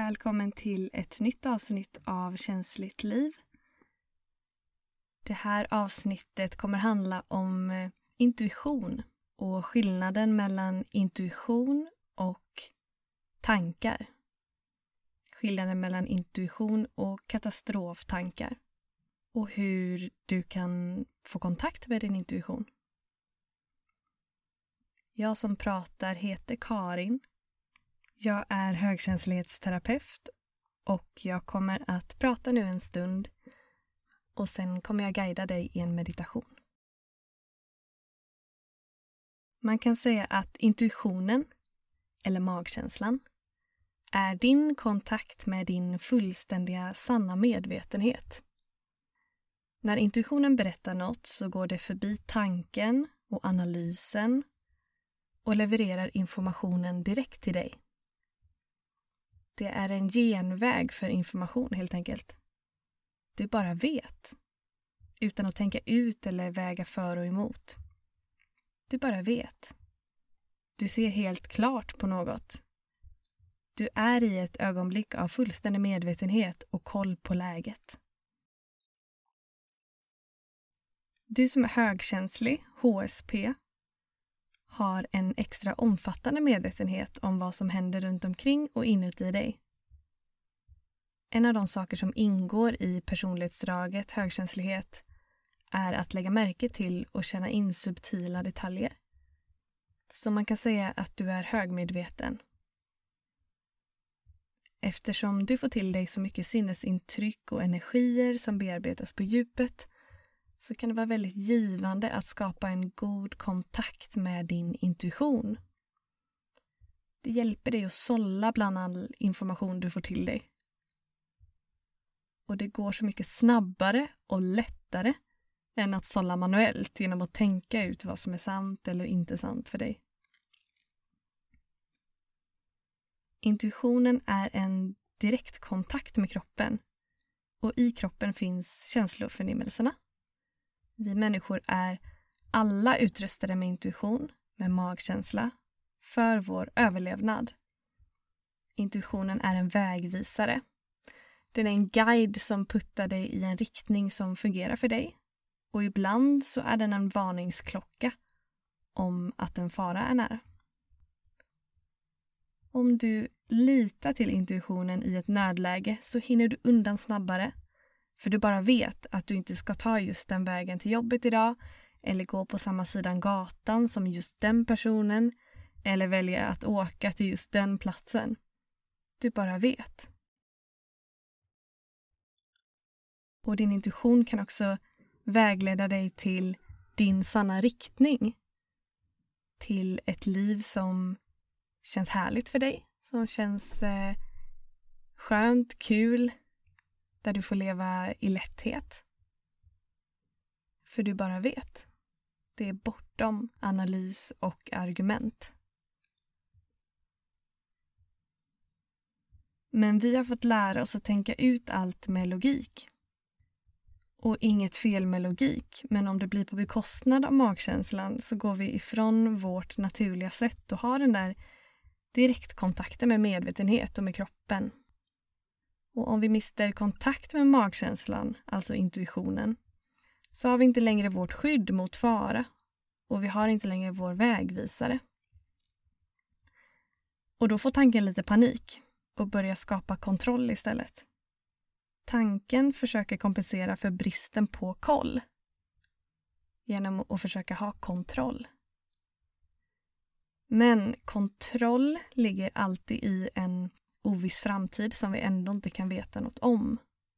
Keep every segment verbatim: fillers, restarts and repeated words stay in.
Välkommen till ett nytt avsnitt av Känsligt liv. Det här avsnittet kommer handla om intuition och skillnaden mellan intuition och tankar. Skillnaden mellan intuition och katastroftankar. Och hur du kan få kontakt med din intuition. Jag som pratar heter Karin. Jag är högkänslighetsterapeut och jag kommer att prata nu en stund och sen kommer jag guida dig i en meditation. Man kan säga att intuitionen, eller magkänslan, är din kontakt med din fullständiga sanna medvetenhet. När intuitionen berättar något så går det förbi tanken och analysen och levererar informationen direkt till dig. Det är en genväg för information helt enkelt. Du bara vet. Utan att tänka ut eller väga för och emot. Du bara vet. Du ser helt klart på något. Du är i ett ögonblick av fullständig medvetenhet och koll på läget. Du som är högkänslig, H S P, har en extra omfattande medvetenhet om vad som händer runt omkring och inuti dig. En av de saker som ingår i personlighetsdraget högkänslighet är att lägga märke till och känna in subtila detaljer. Så man kan säga att du är högmedveten. Eftersom du får till dig så mycket sinnesintryck och energier som bearbetas på djupet så kan det vara väldigt givande att skapa en god kontakt med din intuition. Det hjälper dig att sålla bland all information du får till dig. Och det går så mycket snabbare och lättare än att sålla manuellt genom att tänka ut vad som är sant eller inte sant för dig. Intuitionen är en direkt kontakt med kroppen och i kroppen finns känsloförnimmelserna. Vi människor är alla utrustade med intuition, med magkänsla, för vår överlevnad. Intuitionen är en vägvisare. Den är en guide som puttar dig i en riktning som fungerar för dig. Och ibland så är den en varningsklocka om att en fara är nära. Om du litar till intuitionen i ett nödläge så hinner du undan snabbare. För du bara vet att du inte ska ta just den vägen till jobbet idag eller gå på samma sidan gatan som just den personen eller välja att åka till just den platsen. Du bara vet. Och din intuition kan också vägleda dig till din sanna riktning. Till ett liv som känns härligt för dig. Som känns eh, skönt, kul. Där du får leva i lätthet. För du bara vet. Det är bortom analys och argument. Men vi har fått lära oss att tänka ut allt med logik. Och inget fel med logik. Men om det blir på bekostnad av magkänslan så går vi ifrån vårt naturliga sätt och har den där direktkontakten med medvetenhet och med kroppen. Och om vi mister kontakt med magkänslan, alltså intuitionen, så har vi inte längre vårt skydd mot fara. Och vi har inte längre vår vägvisare. Och då får tanken lite panik och börjar skapa kontroll istället. Tanken försöker kompensera för bristen på koll. Genom att försöka ha kontroll. Men kontroll ligger alltid i en oviss framtid som vi ändå inte kan veta något om.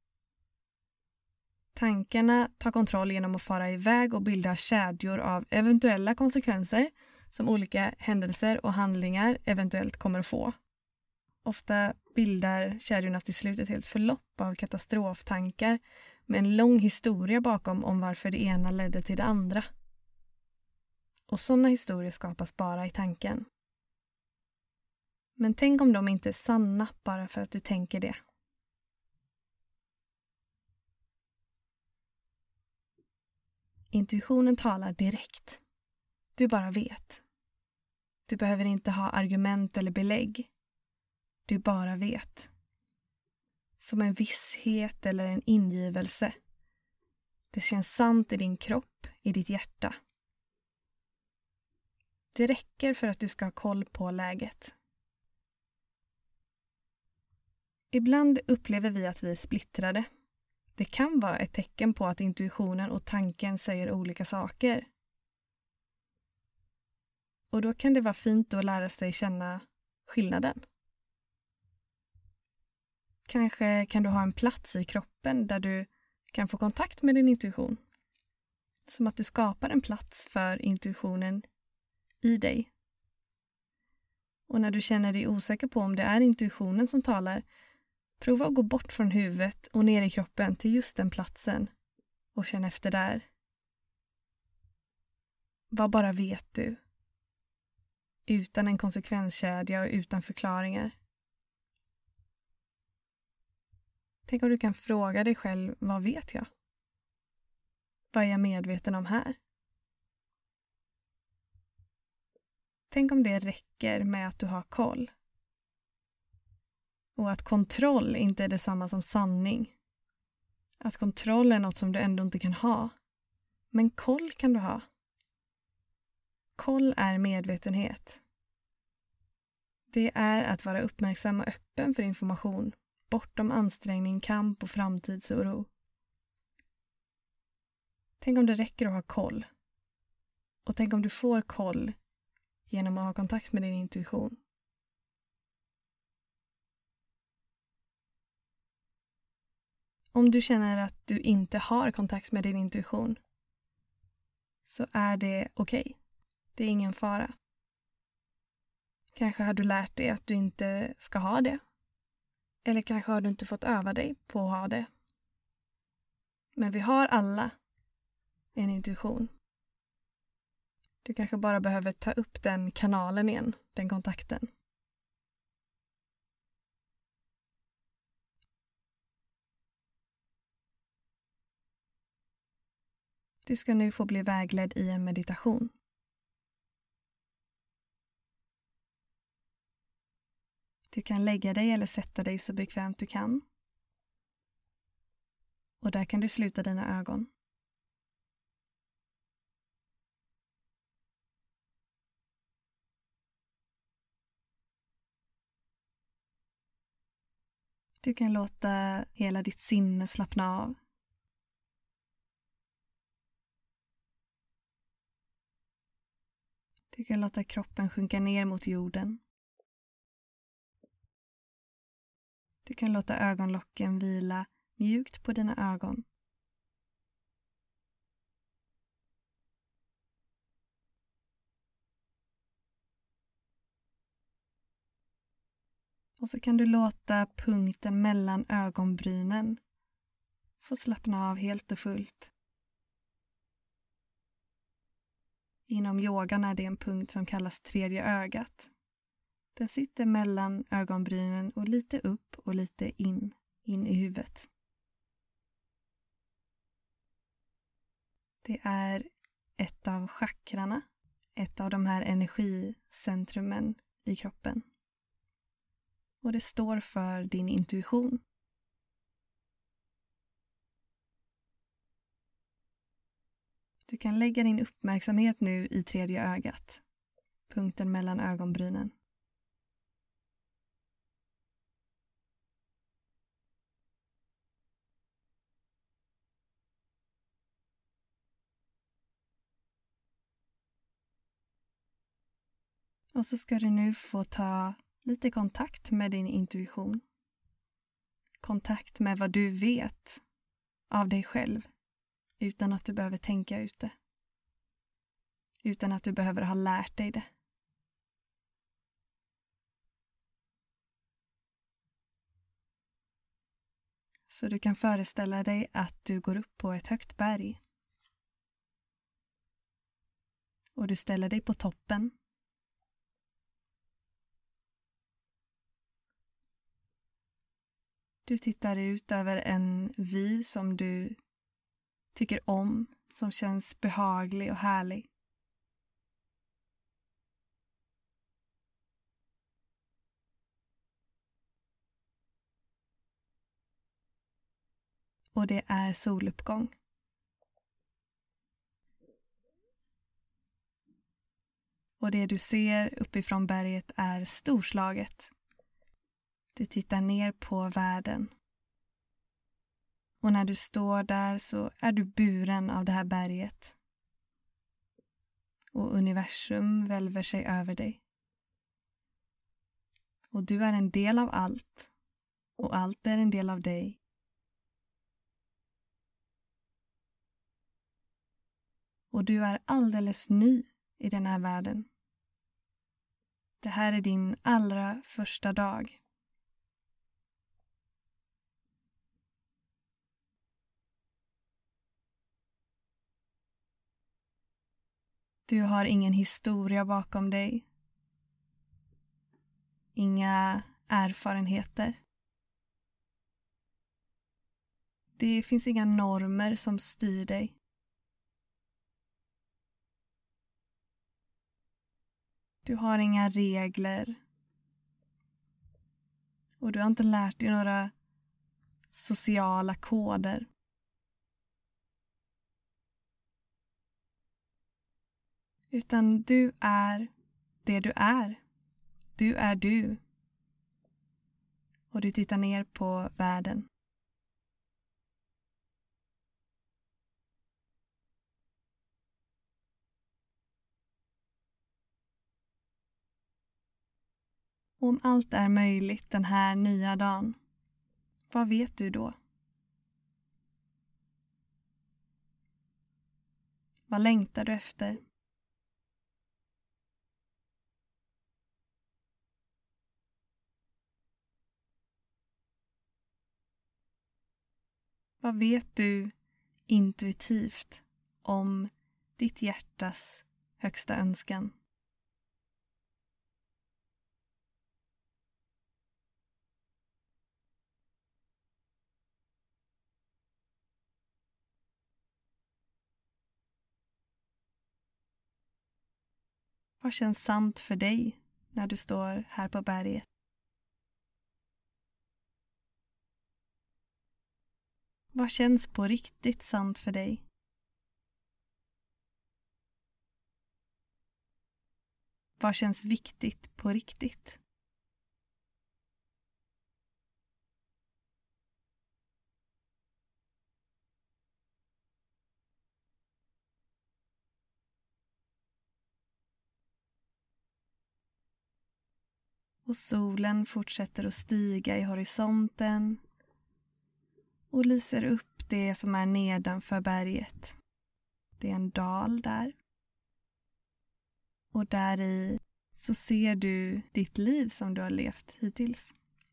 Tankarna tar kontroll genom att fara iväg och bilda kedjor av eventuella konsekvenser som olika händelser och handlingar eventuellt kommer att få. Ofta bildar kedjorna till slut ett helt förlopp av katastroftankar med en lång historia bakom om varför det ena ledde till det andra. Och sådana historier skapas bara i tanken. Men tänk om de inte är sanna bara för att du tänker det. Intuitionen talar direkt. Du bara vet. Du behöver inte ha argument eller belägg. Du bara vet. som en visshet eller en ingivelse. Det känns sant i din kropp, i ditt hjärta. Det räcker för att du ska ha koll på läget. Ibland upplever vi att vi är splittrade. Det kan vara ett tecken på att intuitionen och tanken säger olika saker. Och då kan det vara fint att lära sig känna skillnaden. Kanske kan du ha en plats i kroppen där du kan få kontakt med din intuition. Som att du skapar en plats för intuitionen i dig. Och när du känner dig osäker på om det är intuitionen som talar, prova att gå bort från huvudet och ner i kroppen till just den platsen och känn efter där. Vad bara vet du? Utan en konsekvenskedja och utan förklaringar. Tänk om du kan fråga dig själv, vad vet jag? Vad är jag medveten om här? Tänk om det räcker med att du har koll. Och att kontroll inte är detsamma som sanning. Att kontroll är något som du ändå inte kan ha. Men koll kan du ha. Koll är medvetenhet. Det är att vara uppmärksam och öppen för information. Bortom ansträngning, kamp och framtidsoro. Tänk om det räcker att ha koll. Och tänk om du får koll genom att ha kontakt med din intuition. Om du känner att du inte har kontakt med din intuition så är det okej. Okay. Det är ingen fara. Kanske har du lärt dig att du inte ska ha det. Eller kanske har du inte fått öva dig på att ha det. Men vi har alla en intuition. Du kanske bara behöver ta upp den kanalen igen, den kontakten. Du ska nu få bli vägledd i en meditation. Du kan lägga dig eller sätta dig så bekvämt du kan. Och där kan du sluta dina ögon. Du kan låta hela ditt sinne slappna av. Du kan låta kroppen sjunka ner mot jorden. Du kan låta ögonlocken vila mjukt på dina ögon. Och så kan du låta punkten mellan ögonbrynen få slappna av helt och fullt. Inom yogan är det en punkt som kallas tredje ögat. Den sitter mellan ögonbrynen och lite upp och lite in, in i huvudet. Det är ett av chakrarna, ett av de här energicentrumen i kroppen. Och det står för din intuition. Du kan lägga din uppmärksamhet nu i tredje ögat, punkten mellan ögonbrynen. Och så ska du nu få ta lite kontakt med din intuition. Kontakt med vad du vet av dig själv utan att du behöver tänka ut det. Utan att du behöver ha lärt dig det. Så du kan föreställa dig att du går upp på ett högt berg. Och du ställer dig på toppen. Du tittar ut över en vy som du tycker om, som känns behaglig och härlig. och det är soluppgång. Och det du ser uppifrån berget är storslaget. Du tittar ner på världen. Och när du står där så är du buren av det här berget. Och universum välver sig över dig. Och du är en del av allt. Och allt är en del av dig. Och du är alldeles ny i den här världen. Det här är din allra första dag. Du har ingen historia bakom dig. Inga erfarenheter. Det finns inga normer som styr dig. Du har inga regler. Och du har inte lärt dig några sociala koder. Utan du är det du är. Du är du. Och du tittar ner på världen. Och om allt är möjligt den här nya dagen, vad vet du då? Vad längtar du efter? Vad vet du intuitivt om ditt hjärtas högsta önskan? Vad känns sant för dig när du står här på berget? Vad känns på riktigt sant för dig? Vad känns viktigt på riktigt? Och solen fortsätter att stiga i horisonten och lyser upp det som är nedanför berget. Det är en dal där. Och där i så ser du ditt liv som du har levt hittills.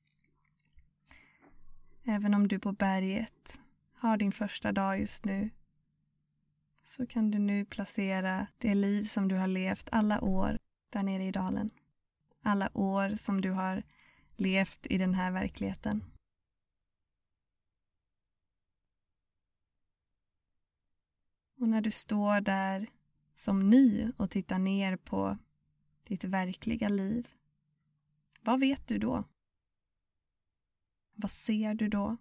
Även om du på berget har din första dag just nu, så kan du nu placera det liv som du har levt alla år där nere i dalen. Alla år som du har levt i den här verkligheten. Och när du står där som ny och tittar ner på ditt verkliga liv, vad vet du då? Vad ser du då?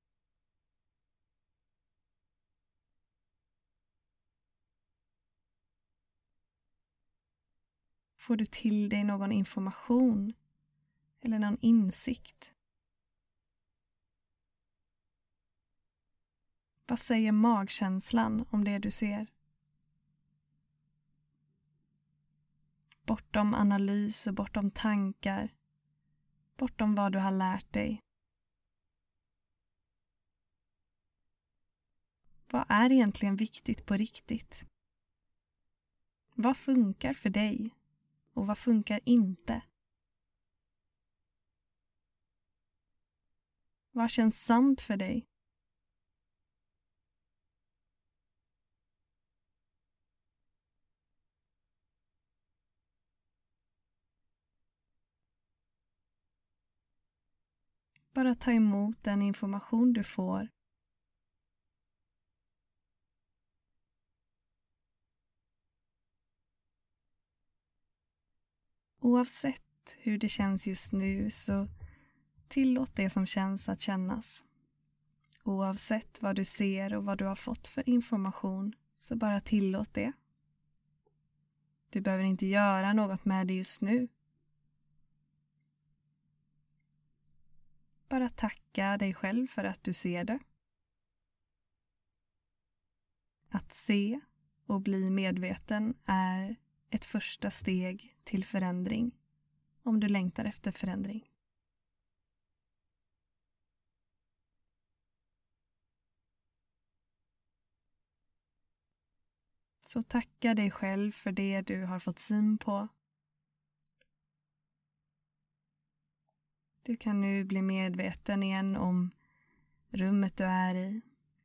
Får du till dig någon information eller någon insikt? Vad säger magkänslan om det du ser? Bortom analys och bortom tankar. Bortom vad du har lärt dig. Vad är egentligen viktigt på riktigt? Vad funkar för dig? Och vad funkar inte? Vad känns sant för dig? Bara ta emot den information du får. Oavsett hur det känns just nu så tillåt det som känns att kännas. Oavsett vad du ser och vad du har fått för information, så bara tillåt det. Du behöver inte göra något med det just nu. Bara tacka dig själv för att du ser det. Att se och bli medveten är ett första steg till förändring, om du längtar efter förändring. Så tacka dig själv för det du har fått syn på. Du kan nu bli medveten igen om rummet du är i.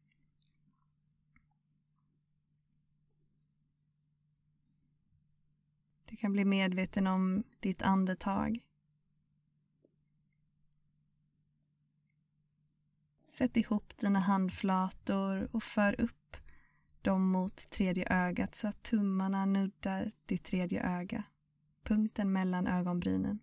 Du kan bli medveten om ditt andetag. Sätt ihop dina handflator och för upp dem mot tredje ögat så att tummarna nuddar ditt tredje öga, punkten mellan ögonbrynen.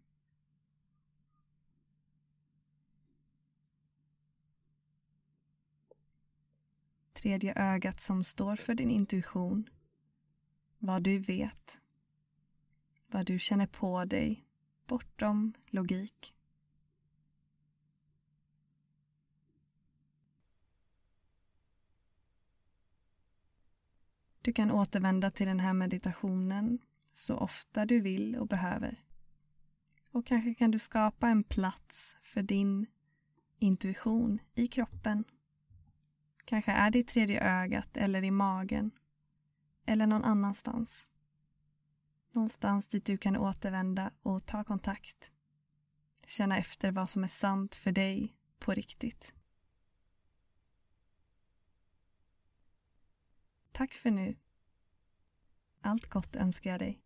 Tredje ögat som står för din intuition, vad du vet, vad du känner på dig bortom logik. Du kan återvända till den här meditationen så ofta du vill och behöver. Och kanske kan du skapa en plats för din intuition i kroppen. Kanske är det i tredje ögat eller i magen. Eller någon annanstans. Någonstans dit du kan återvända och ta kontakt. Känna efter vad som är sant för dig på riktigt. Tack för nu. Allt gott önskar jag dig.